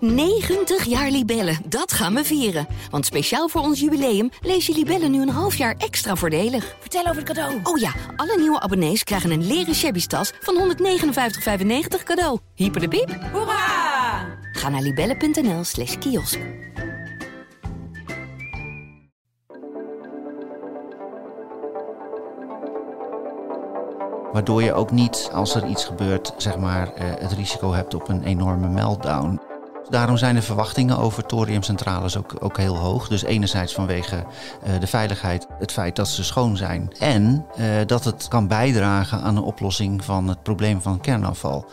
90 jaar Libellen, dat gaan we vieren. Want speciaal voor ons jubileum lees je Libellen nu een half jaar extra voordelig. Vertel over het cadeau. Oh ja, alle nieuwe abonnees krijgen een leren shabby tas van 159,95 cadeau. Hyper de piep. Hoera! Ga naar libellen.nl/kiosk. Waardoor je ook niet, als er iets gebeurt, het risico hebt op een enorme meltdown. Daarom zijn de verwachtingen over thoriumcentrales ook heel hoog. Dus enerzijds vanwege de veiligheid, het feit dat ze schoon zijn. En dat het kan bijdragen aan de oplossing van het probleem van kernafval.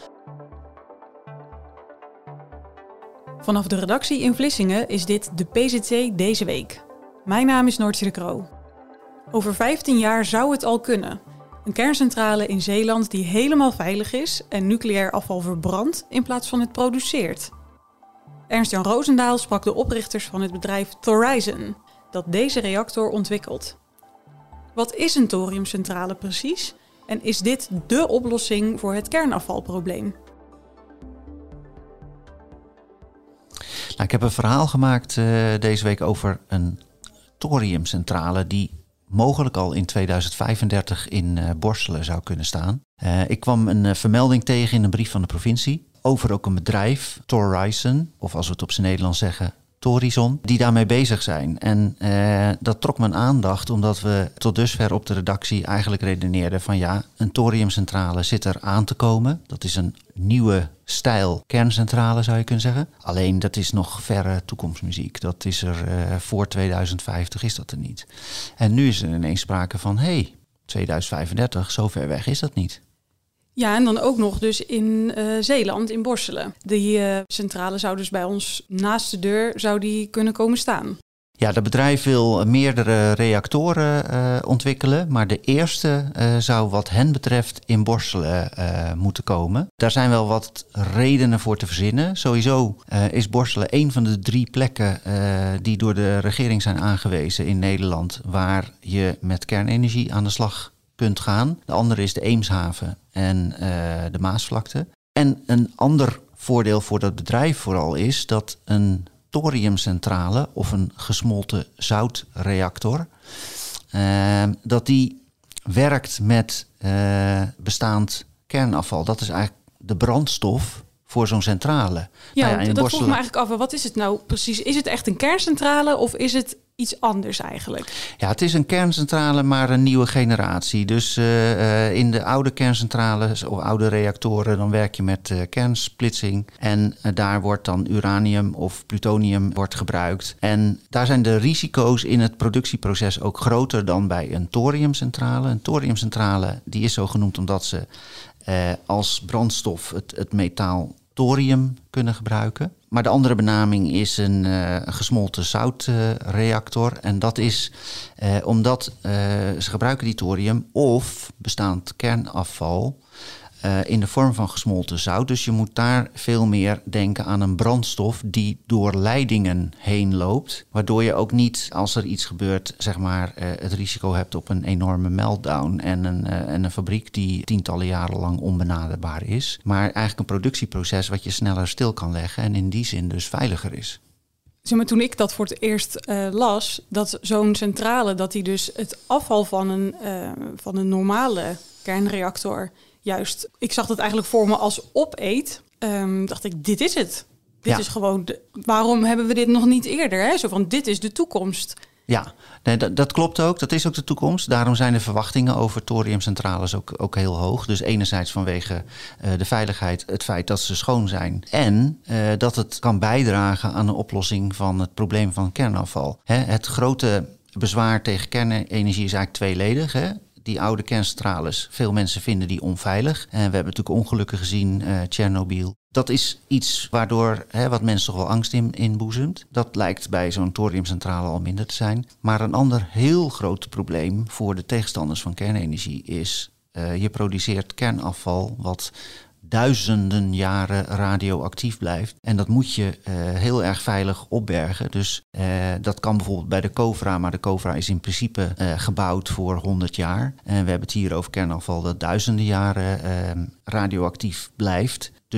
Vanaf de redactie in Vlissingen is dit de PZC deze week. Mijn naam is Noortje de Croo. Over 15 jaar zou het al kunnen. Een kerncentrale in Zeeland die helemaal veilig is en nucleair afval verbrandt in plaats van het produceert. Ernst-Jan Roosendaal sprak de oprichters van het bedrijf Thorizon, dat deze reactor ontwikkelt. Wat is een thoriumcentrale precies? En is dit dé oplossing voor het kernafvalprobleem? Nou, ik heb een verhaal gemaakt deze week over een thoriumcentrale die mogelijk al in 2035 in Borselen zou kunnen staan. Ik kwam een vermelding tegen in een brief van de provincie over ook een bedrijf, Thorizon, of als we het op zijn Nederlands zeggen, Thorizon, die daarmee bezig zijn. En dat trok mijn aandacht omdat we tot dusver op de redactie eigenlijk redeneerden van ja, een thoriumcentrale zit er aan te komen. Dat is een nieuwe stijl kerncentrale zou je kunnen zeggen. Alleen dat is nog verre toekomstmuziek. Dat is er voor 2050 is dat er niet. En nu is er ineens sprake van 2035, zo ver weg is dat niet. Ja, en dan ook nog dus in Zeeland, in Borselen. Die centrale zou dus bij ons naast de deur zou die kunnen komen staan. Ja, dat bedrijf wil meerdere reactoren ontwikkelen, maar de eerste zou wat hen betreft in Borselen moeten komen. Daar zijn wel wat redenen voor te verzinnen. Sowieso is Borselen een van de 3 plekken die door de regering zijn aangewezen in Nederland waar je met kernenergie aan de slag kunt gaan. De andere is de Eemshaven en de Maasvlakte. En een ander voordeel voor dat bedrijf vooral is dat een thoriumcentrale of een gesmolten zoutreactor, dat die werkt met bestaand kernafval. Dat is eigenlijk de brandstof voor zo'n centrale. Ja, dat vroeg me eigenlijk af. Wat is het nou precies? Is het echt een kerncentrale of is het iets anders eigenlijk? Ja, het is een kerncentrale, maar een nieuwe generatie. Dus in de oude kerncentrales of oude reactoren, dan werk je met kernsplitsing. En daar wordt dan uranium of plutonium wordt gebruikt. En daar zijn de risico's in het productieproces ook groter dan bij een thoriumcentrale. Een thoriumcentrale die is zo genoemd omdat ze als brandstof het metaal thorium kunnen gebruiken. Maar de andere benaming is een gesmolten zoutreactor. En dat is omdat ze gebruiken die thorium of bestaand kernafval in de vorm van gesmolten zout. Dus je moet daar veel meer denken aan een brandstof die door leidingen heen loopt. Waardoor je ook niet, als er iets gebeurt, het risico hebt op een enorme meltdown. En een fabriek die tientallen jaren lang onbenaderbaar is. Maar eigenlijk een productieproces wat je sneller stil kan leggen en in die zin dus veiliger is. Zeg maar, toen ik dat voor het eerst las, dat zo'n centrale, dat die dus het afval van een normale kernreactor juist, ik zag dat eigenlijk voor me als opeet. Dacht ik, dit is het. Dit is gewoon, waarom hebben we dit nog niet eerder? Hè? Zo van, dit is de toekomst. Ja, nee, dat klopt ook. Dat is ook de toekomst. Daarom zijn de verwachtingen over thoriumcentrales ook heel hoog. Dus enerzijds vanwege de veiligheid, het feit dat ze schoon zijn. En dat het kan bijdragen aan de oplossing van het probleem van kernafval. Het grote bezwaar tegen kernenergie is eigenlijk tweeledig. Die oude kerncentrales, veel mensen vinden die onveilig. En we hebben natuurlijk ongelukken gezien, Tsjernobyl. Dat is iets waardoor wat mensen toch wel angst inboezemt. Dat lijkt bij zo'n thoriumcentrale al minder te zijn. Maar een ander heel groot probleem voor de tegenstanders van kernenergie is, je produceert kernafval wat duizenden jaren radioactief blijft. En dat moet je heel erg veilig opbergen. Dus dat kan bijvoorbeeld bij de COVRA, maar de COVRA is in principe gebouwd voor 100 jaar. En we hebben het hier over kernafval dat duizenden jaren radioactief blijft. Dus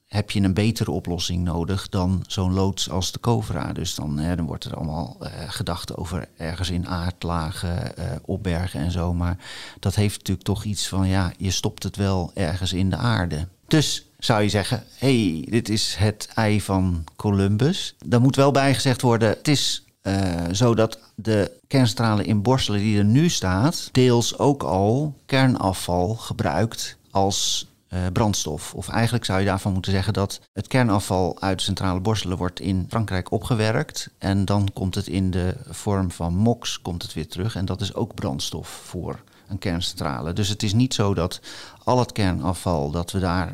heb je een betere oplossing nodig dan zo'n loods als de Covra. Dus dan wordt er allemaal gedacht over ergens in aardlagen opbergen en zo. Maar dat heeft natuurlijk toch iets van, je stopt het wel ergens in de aarde. Dus zou je zeggen, dit is het ei van Columbus. Daar moet wel bijgezegd worden, het is zo dat de kerncentrale in Borselen die er nu staat, deels ook al kernafval gebruikt als brandstof. Of eigenlijk zou je daarvan moeten zeggen dat het kernafval uit de centrale Borselen wordt in Frankrijk opgewerkt. En dan komt het in de vorm van MOX komt het weer terug. En dat is ook brandstof voor een kerncentrale. Dus het is niet zo dat al het kernafval, dat we daar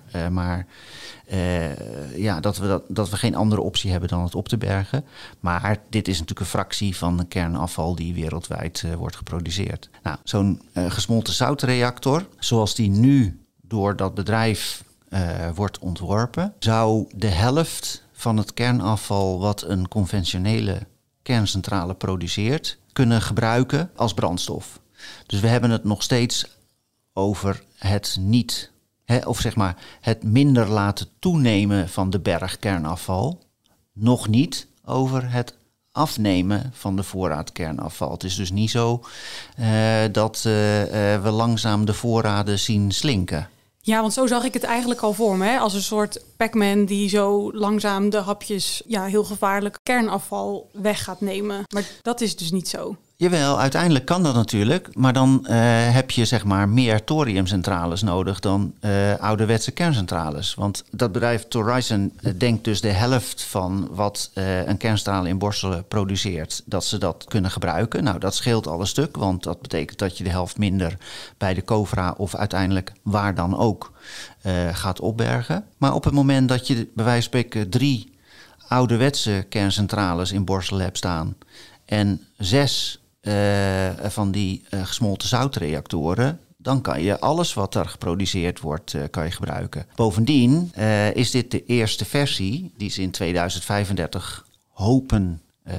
dat we geen andere optie hebben dan het op te bergen. Maar dit is natuurlijk een fractie van een kernafval die wereldwijd wordt geproduceerd. Nou, zo'n gesmolten zoutreactor, zoals die nu door dat bedrijf wordt ontworpen, zou de helft van het kernafval wat een conventionele kerncentrale produceert kunnen gebruiken als brandstof. Dus we hebben het nog steeds over het niet, het minder laten toenemen van de berg kernafval. Nog niet over het afnemen van de voorraad kernafval. Het is dus niet zo dat we langzaam de voorraden zien slinken. Ja, want zo zag ik het eigenlijk al voor me. Hè? Als een soort Pac-Man die zo langzaam de hapjes heel gevaarlijk kernafval weg gaat nemen. Maar dat is dus niet zo. Jawel, uiteindelijk kan dat natuurlijk. Maar dan heb je meer thoriumcentrales nodig dan ouderwetse kerncentrales. Want dat bedrijf Thorizon denkt dus de helft van wat een kerncentrale in Borselen produceert, dat ze dat kunnen gebruiken. Nou, dat scheelt al een stuk, want dat betekent dat je de helft minder bij de Covra of uiteindelijk waar dan ook gaat opbergen. Maar op het moment dat je bij wijze van spreken 3 ouderwetse kerncentrales in Borselen hebt staan en 6 van die gesmolten zoutreactoren, dan kan je alles wat er geproduceerd wordt, kan je gebruiken. Bovendien is dit de eerste versie die ze in 2035 hopen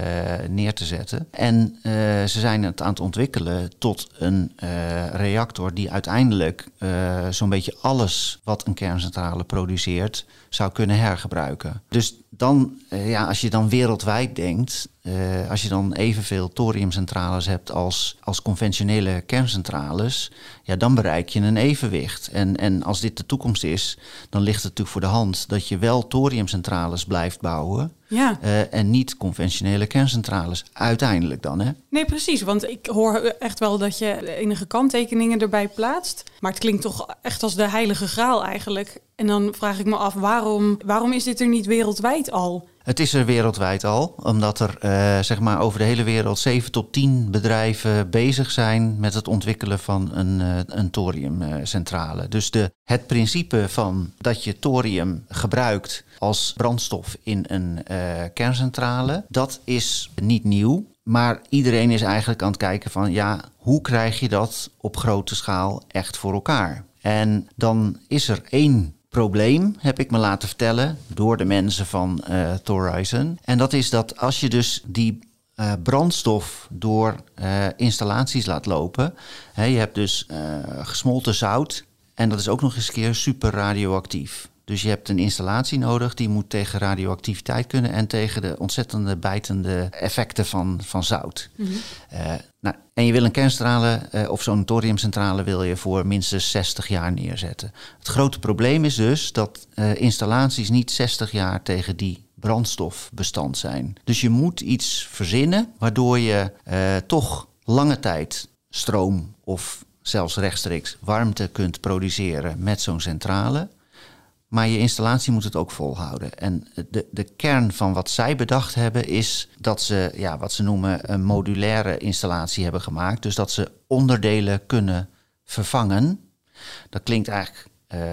neer te zetten. En ze zijn het aan het ontwikkelen tot een reactor die uiteindelijk zo'n beetje alles wat een kerncentrale produceert zou kunnen hergebruiken. Dus dan, als je dan wereldwijd denkt, als je dan evenveel thoriumcentrales hebt als conventionele kerncentrales, dan bereik je een evenwicht. En als dit de toekomst is, dan ligt het natuurlijk voor de hand dat je wel thoriumcentrales blijft bouwen. Ja. En niet conventionele kerncentrales. Uiteindelijk dan, hè? Nee, precies. Want ik hoor echt wel dat je enige kanttekeningen erbij plaatst. Maar het klinkt toch echt als de heilige graal eigenlijk. En dan vraag ik me af, waarom is dit er niet wereldwijd al? Het is er wereldwijd al, omdat er over de hele wereld 7 tot 10 bedrijven bezig zijn met het ontwikkelen van een thoriumcentrale. Dus het principe van dat je thorium gebruikt als brandstof in een kerncentrale, dat is niet nieuw. Maar iedereen is eigenlijk aan het kijken van, hoe krijg je dat op grote schaal echt voor elkaar? En dan is er 1 probleem, heb ik me laten vertellen door de mensen van Thorizon. En dat is dat als je dus die brandstof door installaties laat lopen. Je hebt dus gesmolten zout en dat is ook nog eens een keer super radioactief. Dus je hebt een installatie nodig die moet tegen radioactiviteit kunnen en tegen de ontzettende bijtende effecten van zout. Mm-hmm. En je wil een kerncentrale of zo'n thoriumcentrale wil je voor minstens 60 jaar neerzetten. Het grote probleem is dus dat installaties niet 60 jaar tegen die brandstof bestand zijn. Dus je moet iets verzinnen waardoor je toch lange tijd stroom of zelfs rechtstreeks warmte kunt produceren met zo'n centrale. Maar je installatie moet het ook volhouden. En de kern van wat zij bedacht hebben is dat ze wat ze noemen een modulaire installatie hebben gemaakt. Dus dat ze onderdelen kunnen vervangen. Dat klinkt eigenlijk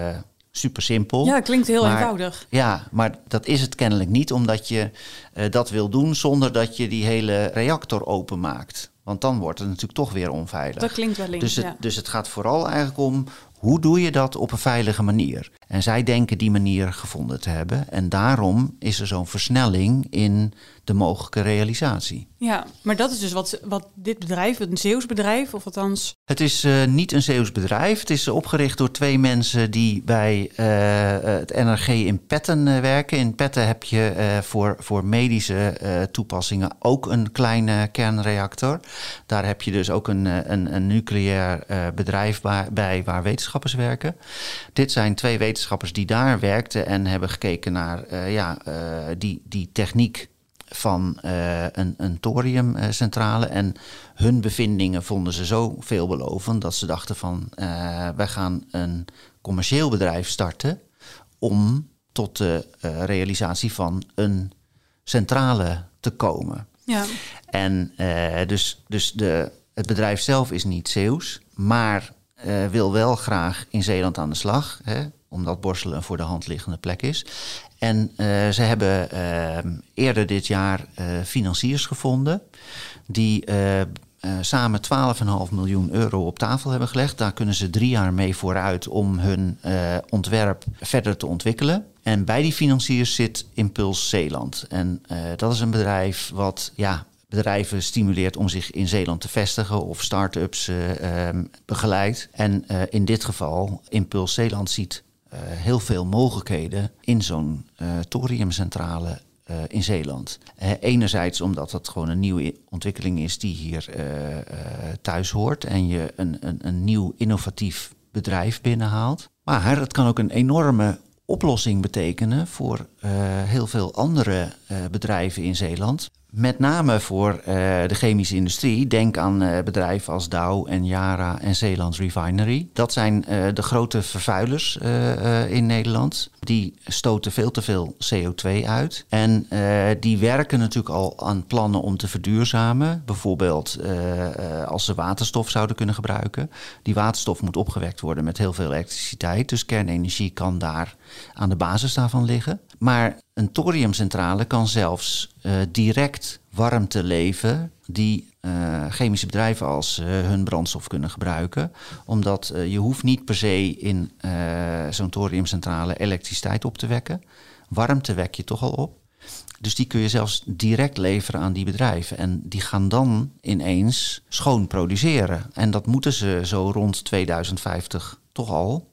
super simpel. Ja, klinkt heel eenvoudig. Ja, maar dat is het kennelijk niet, omdat je dat wil doen zonder dat je die hele reactor openmaakt. Want dan wordt het natuurlijk toch weer onveilig. Dat klinkt wel links, dus het gaat vooral eigenlijk om, hoe doe je dat op een veilige manier? En zij denken die manier gevonden te hebben. En daarom is er zo'n versnelling in de mogelijke realisatie. Ja, maar dat is dus wat dit bedrijf, een Zeeuws bedrijf, of althans... Het is niet een Zeeuws bedrijf. Het is opgericht door 2 mensen die bij het NRG in Petten werken. In Petten heb je voor medische toepassingen ook een kleine kernreactor. Daar heb je dus ook een nucleair bedrijf bij waar wetenschappers werken. Dit zijn 2 wetenschappers die daar werkten en hebben gekeken naar die techniek van een thoriumcentrale. En hun bevindingen vonden ze zo veelbelovend dat ze dachten van wij gaan een commercieel bedrijf starten om tot de realisatie van een centrale te komen. Ja. En dus het bedrijf zelf is niet Zeeuws, maar wil wel graag in Zeeland aan de slag, omdat Borselen een voor de hand liggende plek is. En ze hebben eerder dit jaar financiers gevonden die samen 12,5 miljoen euro op tafel hebben gelegd. Daar kunnen ze 3 jaar mee vooruit om hun ontwerp verder te ontwikkelen. En bij die financiers zit Impuls Zeeland. En dat is een bedrijf wat bedrijven stimuleert om zich in Zeeland te vestigen of start-ups begeleidt. En in dit geval, Impuls Zeeland ziet heel veel mogelijkheden in zo'n thoriumcentrale in Zeeland. Enerzijds omdat het gewoon een nieuwe ontwikkeling is die hier thuis hoort en je een nieuw innovatief bedrijf binnenhaalt. Maar het kan ook een enorme oplossing betekenen voor heel veel andere bedrijven in Zeeland. Met name voor de chemische industrie. Denk aan bedrijven als Dow en Yara en Zeeland Refinery. Dat zijn de grote vervuilers in Nederland. Die stoten veel te veel CO2 uit. En die werken natuurlijk al aan plannen om te verduurzamen. Bijvoorbeeld als ze waterstof zouden kunnen gebruiken. Die waterstof moet opgewekt worden met heel veel elektriciteit. Dus kernenergie kan daar aan de basis daarvan liggen. Maar een thoriumcentrale kan zelfs direct warmte leveren die chemische bedrijven als hun brandstof kunnen gebruiken. Omdat je hoeft niet per se in zo'n thoriumcentrale elektriciteit op te wekken. Warmte wek je toch al op. Dus die kun je zelfs direct leveren aan die bedrijven. En die gaan dan ineens schoon produceren. En dat moeten ze zo rond 2050 toch al.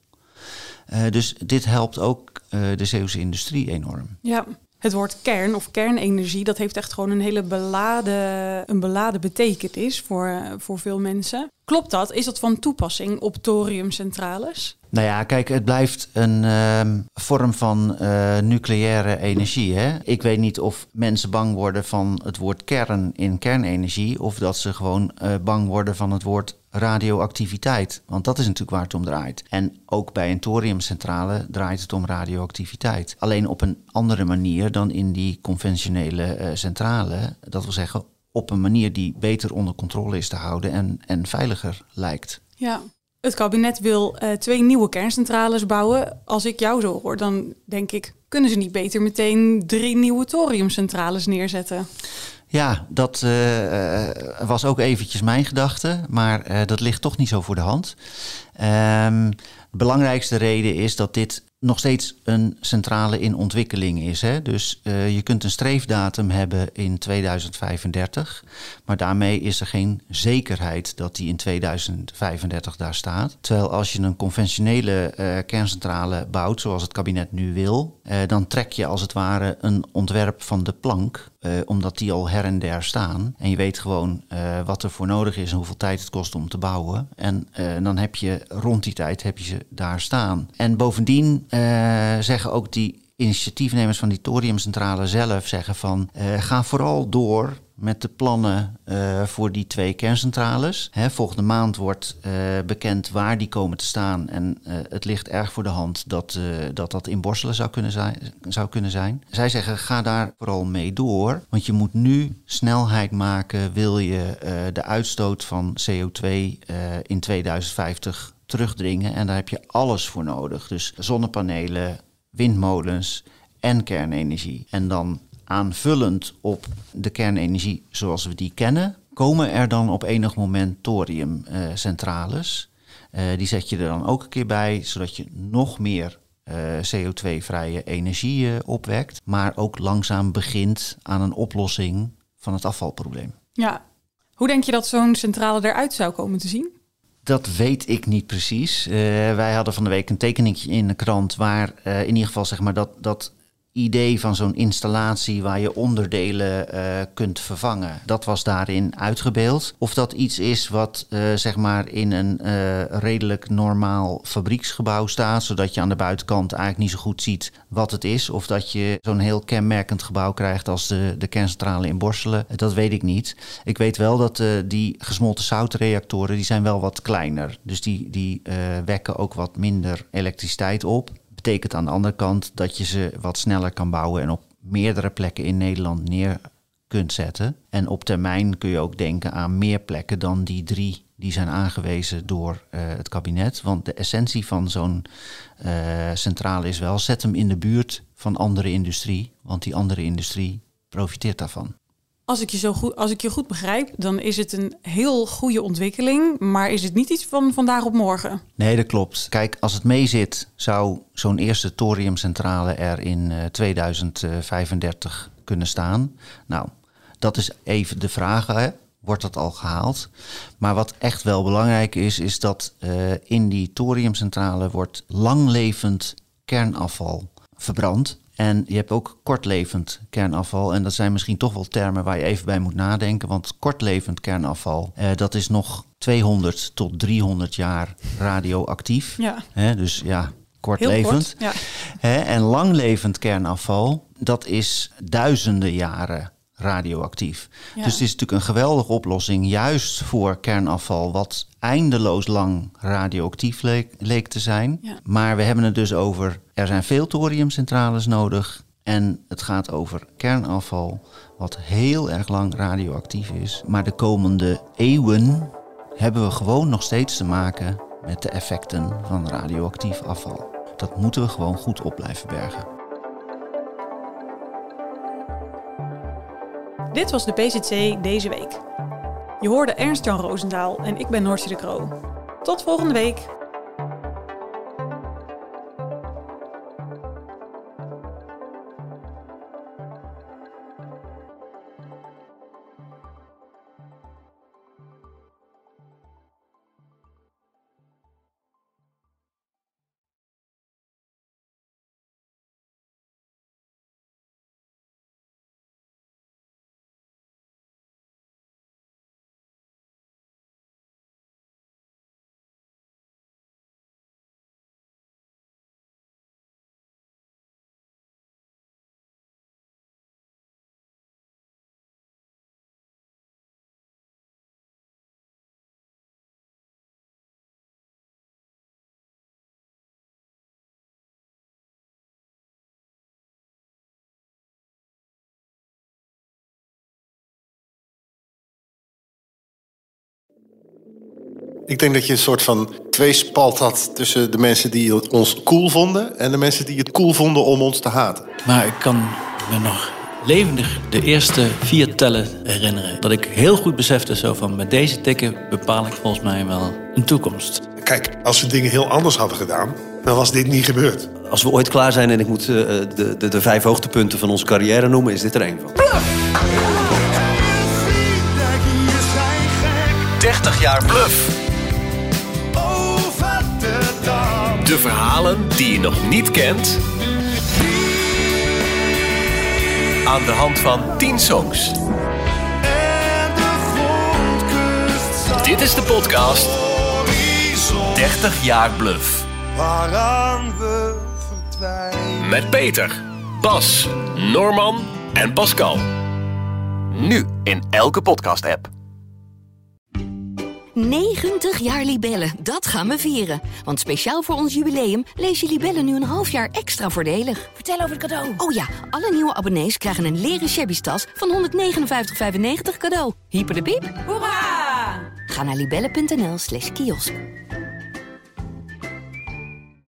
Dus dit helpt ook de Zeeuwse industrie enorm. Ja, het woord kern of kernenergie, dat heeft echt gewoon een hele beladen betekenis voor veel mensen. Klopt dat? Is dat van toepassing op thoriumcentrales? Nou ja, kijk, het blijft een vorm van nucleaire energie. Hè? Ik weet niet of mensen bang worden van het woord kern in kernenergie, of dat ze gewoon bang worden van het woord radioactiviteit. Want dat is natuurlijk waar het om draait. En ook bij een thoriumcentrale draait het om radioactiviteit. Alleen op een andere manier dan in die conventionele centrale. Dat wil zeggen, op een manier die beter onder controle is te houden en veiliger lijkt. Ja. Het kabinet wil 2 nieuwe kerncentrales bouwen. Als ik jou zo hoor, dan denk ik, kunnen ze niet beter meteen 3 nieuwe thoriumcentrales neerzetten? Ja, dat was ook eventjes mijn gedachte, maar dat ligt toch niet zo voor de hand. De belangrijkste reden is dat dit nog steeds een centrale in ontwikkeling is. Hè? Dus je kunt een streefdatum hebben in 2035, maar daarmee is er geen zekerheid dat die in 2035 daar staat. Terwijl als je een conventionele kerncentrale bouwt, zoals het kabinet nu wil, dan trek je als het ware een ontwerp van de plank, omdat die al her en der staan. En je weet gewoon wat er voor nodig is en hoeveel tijd het kost om te bouwen. En dan heb je rond die tijd heb je ze daar staan. En bovendien zeggen ook die initiatiefnemers van die thoriumcentrale zelf zeggen van ga vooral door met de plannen voor die 2 kerncentrales. Volgende maand wordt bekend waar die komen te staan. En het ligt erg voor de hand dat in Borselen zou kunnen zijn. Zij zeggen, ga daar vooral mee door. Want je moet nu snelheid maken, wil je de uitstoot van CO2 in 2050 terugdringen. En daar heb je alles voor nodig. Dus zonnepanelen, windmolens en kernenergie. En dan aanvullend op de kernenergie zoals we die kennen, komen er dan op enig moment thoriumcentrales. Die zet je er dan ook een keer bij, zodat je nog meer CO2-vrije energie opwekt. Maar ook langzaam begint aan een oplossing van het afvalprobleem. Ja. Hoe denk je dat zo'n centrale eruit zou komen te zien? Dat weet ik niet precies. Wij hadden van de week een tekeningje in de krant waar in ieder geval zeg maar dat idee van zo'n installatie waar je onderdelen kunt vervangen. Dat was daarin uitgebeeld. Of dat iets is wat zeg maar in een redelijk normaal fabrieksgebouw staat, zodat je aan de buitenkant eigenlijk niet zo goed ziet wat het is. Of dat je zo'n heel kenmerkend gebouw krijgt als de kerncentrale in Borselen. Dat weet ik niet. Ik weet wel dat die gesmolten zoutreactoren, die zijn wel wat kleiner. Dus die wekken ook wat minder elektriciteit op. Betekent aan de andere kant dat je ze wat sneller kan bouwen en op meerdere plekken in Nederland neer kunt zetten. En op termijn kun je ook denken aan meer plekken dan die 3 die zijn aangewezen door het kabinet. Want de essentie van zo'n centrale is wel, zet hem in de buurt van andere industrie, want die andere industrie profiteert daarvan. Als ik je goed begrijp, dan is het een heel goede ontwikkeling, maar is het niet iets van vandaag op morgen? Nee, dat klopt. Kijk, als het meezit, zou zo'n eerste thoriumcentrale er in 2035 kunnen staan. Nou, dat is even de vraag, hè? Wordt dat al gehaald? Maar wat echt wel belangrijk is dat in die thoriumcentrale wordt langlevend kernafval verbrand. En je hebt ook kortlevend kernafval. En dat zijn misschien toch wel termen waar je even bij moet nadenken. Want kortlevend kernafval, dat is nog 200 tot 300 jaar radioactief. Ja. Dus ja, kortlevend. Heel kort, ja. En langlevend kernafval, dat is duizenden jaren radioactief. Ja. Dus het is natuurlijk een geweldige oplossing, juist voor kernafval wat eindeloos lang radioactief leek te zijn. Ja. Maar we hebben het dus over, er zijn veel thoriumcentrales nodig en het gaat over kernafval wat heel erg lang radioactief is. Maar de komende eeuwen hebben we gewoon nog steeds te maken met de effecten van radioactief afval. Dat moeten we gewoon goed op blijven bergen. Dit was de PZC deze week. Je hoorde Ernst-Jan Roosendaal en ik ben Noortje de Croo. Tot volgende week. Ik denk dat je een soort van tweespalt had tussen de mensen die ons cool vonden en de mensen die het cool vonden om ons te haten. Maar ik kan me nog levendig de eerste 4 tellen herinneren. Dat ik heel goed besefte zo van, met deze tikken bepaal ik volgens mij wel een toekomst. Kijk, als we dingen heel anders hadden gedaan, dan was dit niet gebeurd. Als we ooit klaar zijn en ik moet de 5 hoogtepunten van onze carrière noemen, is dit er één van. 30 jaar Bluff. De verhalen die je nog niet kent. Aan de hand van 10 songs. Dit is de podcast 30 jaar Bluff. Waaraan we verdwijnen. Met Peter, Bas, Norman en Pascal. Nu in elke podcast-app. 90 jaar Libellen, dat gaan we vieren. Want speciaal voor ons jubileum lees je Libellen nu een half jaar extra voordelig. Vertel over het cadeau. Oh ja, alle nieuwe abonnees krijgen een leren shabby tas van €159,95 cadeau. Hyper de piep. Hoera! Ga naar libellen.nl/kiosk.